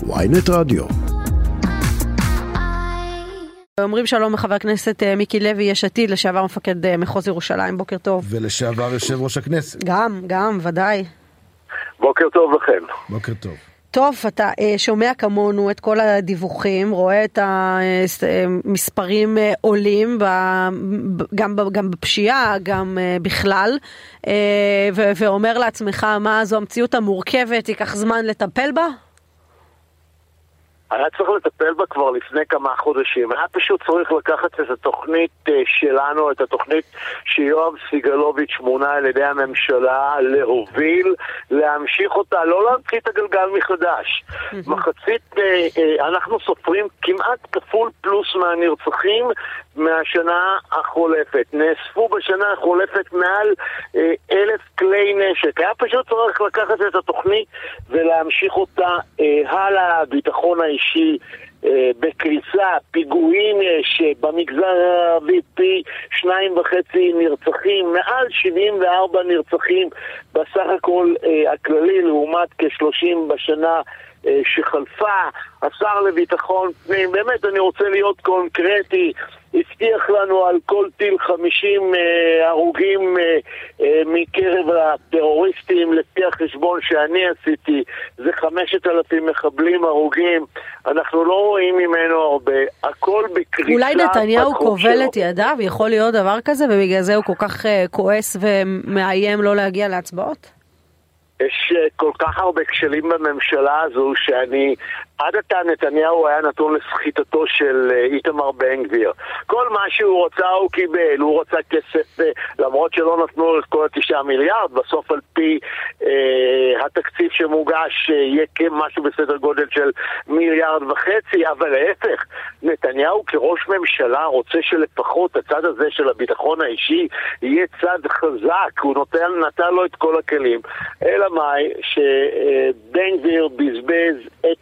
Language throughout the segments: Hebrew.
ynet רדיו. אומרים שלום לחבר הכנסת מיקי לוי, יש עתיד, לשעבר מפקד מחוז ירושלים, בוקר טוב. ולשעבר יושב ראש הכנסת. גם, ודאי. בוקר טוב לכם. בוקר טוב. טוב, אתה שומע כמונו את כל הדיווחים, רואה את המספרים עולים, גם בפשיעה, גם בכלל, ואומר לעצמך, מה זו המציאות המורכבת, ייקח זמן לטפל בה? היה צריך לטפל בה כבר לפני כמה חודשים. היה פשוט צריך לקחת את התוכנית שלנו, את התוכנית שיואב סגלוביץ' מונה על ידי הממשלה, להוביל, להמשיך אותה, לא להמציא את הגלגל מחדש. מחצית, אנחנו סופרים כמעט כפול פלוס מהנרצחים מהשנה החולפת. נאספו בשנה החולפת מעל 1,000 כלי נשק. היה פשוט צריך לקחת את התוכנית ולהמשיך אותה הלאה. הביטחון האישי בקריסה, פיגועים יש במגזר הערבי פי 2.5 נרצחים, מעל 74 נרצחים בסך הכל הכללי, לעומת כ-30 בשנה שחלפה. השר לביטחון פנים, באמת אני רוצה להיות קונקרטי, הבטיח לנו על כל טיל 50 הרוגים מקרב הטרוריסטים. לפי החשבון שאני עשיתי זה 5,000 מחבלים הרוגים. אנחנו לא רואים ממנו הרבה, הכל בקריסה. אולי נתניהו כובל את ידיו, יכול להיות דבר כזה, ובגלל זה הוא כל כך כועס ומאיים לא להגיע להצבעות? יש כל כך הרבה כשלים בממשלה הזו שאני עד עתה נתניהו היה נתון לסחיטתו של איתמר בן גביר. כל מה שהוא רצה הוא קיבל, הוא רצה כסף, למרות שלא נתנו לו את כל 9 מיליארד, בסוף על פי התקציב שמוגש יהיה משהו בסדר גודל של 1.5 מיליארד, אבל להפך, נתניהו כראש ממשלה רוצה שלפחות הצד הזה של הביטחון האישי יהיה צד חזק, הוא נתן לו את כל הכלים. אלא מאי שבן גביר בזבז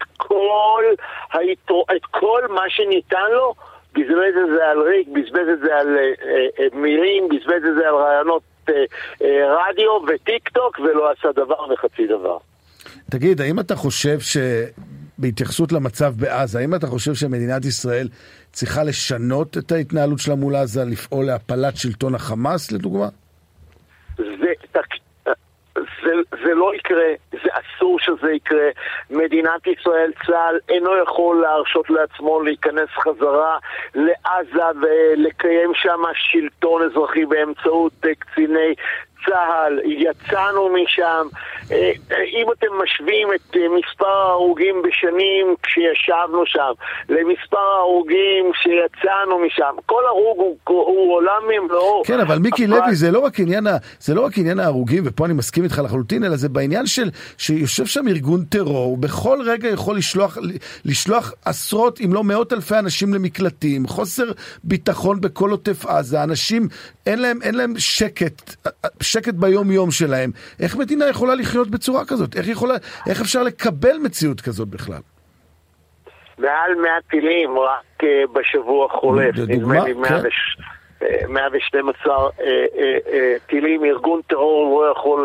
את כל מה שניתן לו, בזבז את זה על ריק, בזבז את זה על מילים, בזבז את זה על רעיונות רדיו וטיק טוק, ולא עשה דבר וחצי דבר. תגיד, האם אתה חושב בהתייחסות למצב בעזה, האם אתה חושב שמדינת ישראל צריכה לשנות את ההתנהלות שלה מול עזה, לפעול להפלת שלטון החמאס לדוגמה? זה לא יקרה, זה אסור שזה יקרה. מדינת ישראל, צה"ל אינו יכול להרשות לעצמו להיכנס חזרה לעזה ולקיים שם שלטון אזרחי באמצעות קציני צה"ל. יצאנו משם. אם אתם משווים את מספר ההרוגים בשנים כשישבנו שם למספר ההרוגים שיצאנו משם, כל הרוג הוא עולם ממלואו. כן, אבל מיקי לוי, זה לא רק עניין ההרוגים, ופה אני מסכים איתך לחלוטין, אלא זה בעניין שיושב שם ארגון טרור, בכל רגע יכול לשלוח עשרות אם לא מאות אלפי אנשים למקלטים, חוסר ביטחון בכל עוטף עזה, אנשים אין להם שקט ביום יום שלהם. איך מדינה יכולה לחיות בצורה כזאת? איך אפשר לקבל מציאות כזאת בכלל? מעל 100 טילים רק בשבוע חולף. נדמה לי 112 טילים. ארגון טרור לא יכול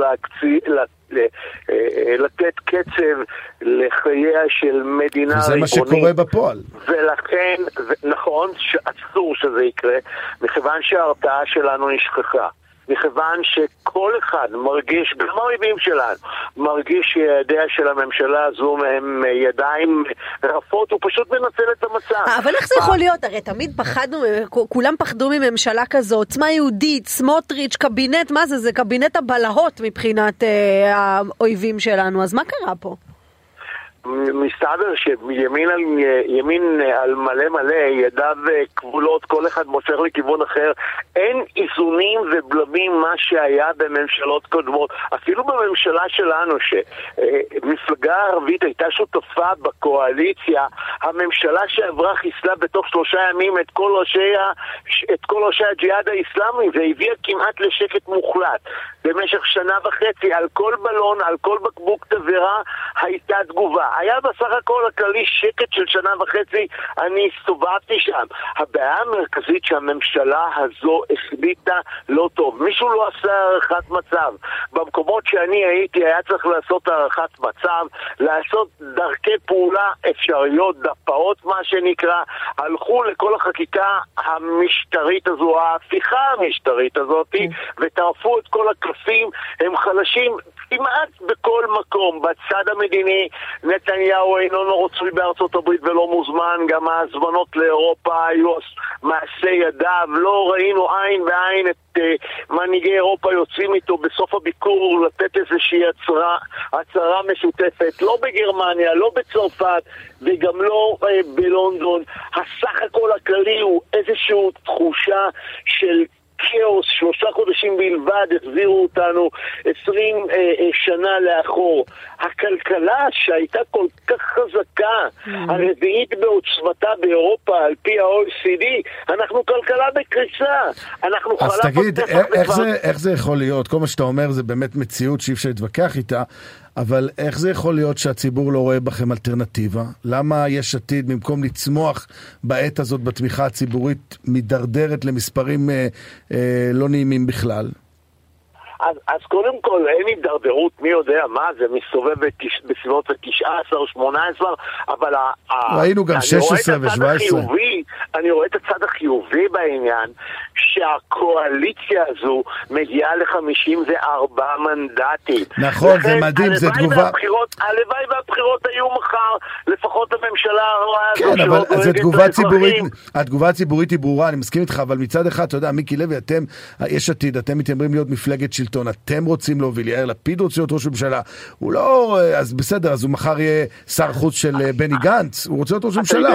לתת קצב לחייה של מדינה ריבונית. וזה מה שקורה בפועל. ולכן, נכון שאסור שזה יקרה, מכיוון שההרתעה שלנו נשכחה. מכיוון שכל אחד מרגיש, גם הריבים שלנו, מרגיש שידיה של הממשלה הזו הם ידיים רפות, הוא פשוט מנצל את המצב. אבל איך זה יכול להיות? הרי תמיד פחדנו, כולם פחדו מממשלה כזו, עוצמה יהודית, סמוטריץ', קבינט, מה זה? זה קבינט הבלהות מבחינת האויבים שלנו, אז מה קרה פה? מסתבר שימין על מלא מלא, ידיו כבולות, כל אחד מושך לכיוון אחר. אין איזונים ובלמים מה שהיה בממשלות קודמות, אפילו בממשלה שלנו, שמפלגה ערבית הייתה שותפה בקואליציה. הממשלה שעברה חיסלה בתוך 3 ימים את כל ראשי הג'יהאד האסלאמי, והביאה כמעט לשקט מוחלט. במשך 1.5 שנה על כל בלון, על כל בקבוק תבערה הייתה תגובה. היה בסך הכל הכללי שקט של שנה וחצי, אני הסתובבתי שם. הבעיה המרכזית שהממשלה הזו החליטה לא טוב. מישהו לא עשה הערכת מצב. במקומות שאני הייתי היה צריך לעשות הערכת מצב, לעשות דרכי פעולה אפשריות, דפאות מה שנקרא, הלכו לכל החקיקה המשטרית הזו, ההפיכה המשטרית הזאת, וטרפו את כל הקלפים. הם חלשים כמעט בכל מקום. בצד המדיני נתניהו אינו רצוי בארצות הברית ולא מוזמן, גם ההזמנות לאירופה היו מעשה ידיו, לא ראינו עין בעין את מנהיגי אירופה יוצאים איתו בסוף הביקור לתת איזושהי הצהרה משותפת, לא בגרמניה, לא בצרפת וגם לא בלונדון. הסך הכל הכללי הוא איזושהי תחושה של כאוס. 3 חודשים בלבד החזירו אותנו 20 שנה לאחור. הכלכלה שהייתה כל כך חזקה, הרביעית בעוצמתה באירופה על פי ה-OECD, אנחנו כלכלה בקריסה. אז תגיד, איך זה יכול להיות? כל מה שאתה אומר זה באמת מציאות שאי אפשר להתווכח איתה, אבל איך זה יכול להיות שהציבור לא רואה בכם אלטרנטיבה? למה יש עתיד במקום לצמוח בעת הזאת בתמיכה הציבורית מדרדרת למספרים לא נעימים בכלל? אז קודם כל אין הידרדרות, מי יודע מה זה, מסתובב בסביבות 19-18, אבל ראינו גם 16 ו-17. אני רואה את הצד החיובי בעניין, שהקואליציה הזו מגיעה ל-54 מנדטים. נכון, זה מדהים, זה תגובה. הלוואי והבחירות היו מחר, לפחות הממשלה הרעה הזו. כן, אבל זו תגובה ציבורית, התגובה הציבורית היא ברורה, אני מסכים איתך, אבל מצד אחד, אתה יודע, מיקי לוי, אתם, יש עתיד, אתם מתיימרים להיות מפלגת שלטון, אתם רוצים להוביל, יאיר לפיד רוצה להיות ראש ממשלה, הוא לא, אז בסדר, אז הוא מחר יהיה שר חוץ של בני גנץ, הוא רוצה להיות ראש ממשלה.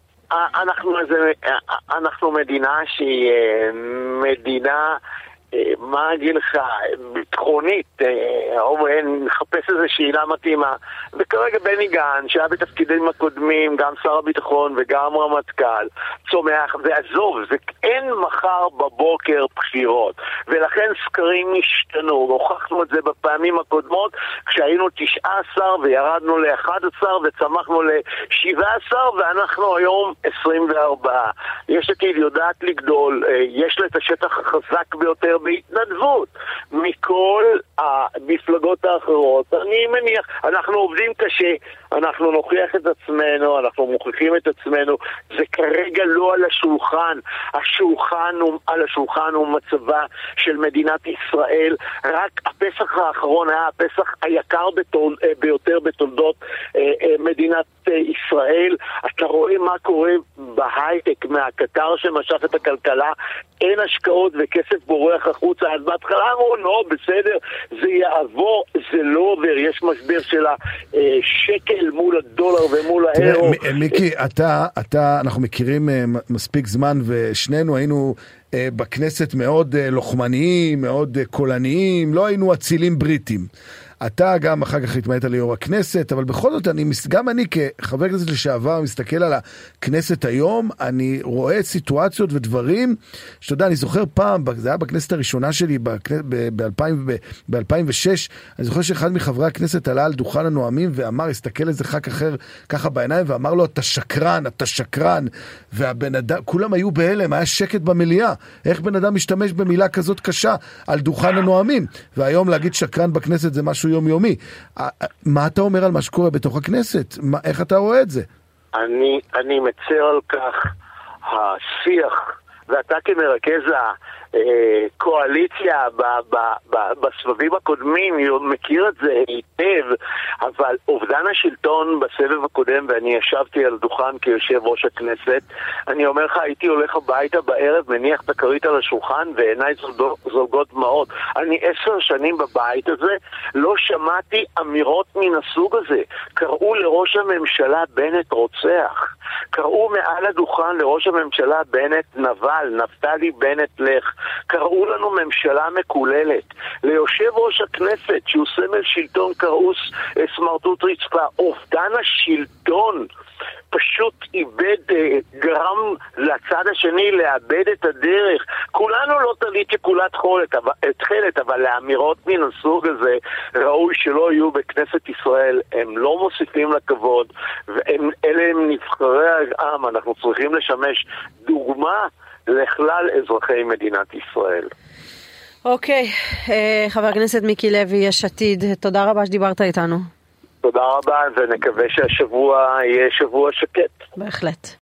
אנחנו מדינה שהיא מדינה, מה אגיד לך, ביטחונית, נחפש איזו שאלה מתאימה. וכרגע בני גנץ, שהיה בתפקידים הקודמים, גם שר הביטחון וגם רמטכ"ל, צומח, ועזוב, אין מחר בבוקר בחירות, ולכן סקרים השתנו, והוכחנו את זה בפעמים הקודמות, כשהיינו 19 וירדנו ל-11 וצמחנו ל-17, ואנחנו היום 24. יש עתיד יודעת לגדול, יש לה את השטח החזק ביותר בהתנדבות מכל המפלגות האחרות. אני מניח, אנחנו עובדים קשה, אנחנו נוכיח את עצמנו, אנחנו מוכיחים את עצמנו, זה כרגע לא על השולחן. על השולחן הוא מצבה של מדינת ישראל. רק הפסח האחרון היה הפסח היקר ביותר בתולדות מדינת ישראל. אתה רואה מה קורה בהייטק, מהקטר שמשך את הכלכלה, אין השקעות וכסף בורח החוצה. אז בהתחלה אמרו, לא, בסדר, זה יעבור, זה לא עובר, יש משבר של השקל מול הדולר ומול האירו. מיקי, אנחנו מכירים מספיק זמן, ושנינו היינו בכנסת מאוד לוחמניים, מאוד קולניים, לא היינו אצילים בריטים. אתה גם אחר כך התמנית ליו"ר הכנסת, אבל בכל זאת, גם אני כחבר כנסת לשעבר מסתכל על הכנסת היום, אני רואה סיטואציות ודברים, שאתה יודע, אני זוכר פעם, זה היה בכנסת הראשונה שלי, ב-2006, אני זוכר שאחד מחברי הכנסת עלה על דוכן הנואמים, ואמר, הסתכל איזה ח"כ אחר ככה בעיניים, ואמר לו, אתה שקרן, והבן אדם, כולם היו בהלם, היה שקט במליאה, איך בן אדם משתמש במילה כזאת קשה על דוכן הנואמים, והיום להגיד שקרן בכנסת זה משהו יומיומי. מה אתה אומר על מה שקורה בתוך הכנסת? איך אתה רואה את זה? אני מצר על כך השיח, ואתה כמרכז הקואליציה בסבבים הקודמים מכיר את זה היטב, אבל אובדן השלטון בסבב הקודם, ואני ישבתי על דוכן כיושב ראש הכנסת, אני אומר לך, הייתי הולך הביתה בערב, מניח את הכרית על השולחן, ועיניי זולגות דמעות. אני 10 שנים בבית הזה, לא שמעתי אמירות מן הסוג הזה. קראו לראש הממשלה בנט רוצח, קראו מעל הדוכן לראש הממשלה בנט נבל, נפתלי בנט לך, קראו לנו ממשלה מקוללת, ליושב ראש הכנסת שהוא סמל שלטון קראו סמרטוט רצפה. אובדן השלטון פשוט גרם לצד השני לאבד את הדרך. כולנו לא תלית שכולה תכלת, אבל לאמירות מן הסוג הזה ראוי שלא יהיו בכנסת ישראל. הם לא מוסיפים לכבוד, ואלה הם נבחרי העם. אנחנו צריכים לשמש דוגמה לכלל אזרחי מדינת ישראל. אוקיי, חבר הכנסת מיקי לוי, יש עתיד, תודה רבה שדיברת איתנו. תודה רבה, ונקווה שהשבוע יהיה שבוע שקט. בהחלט.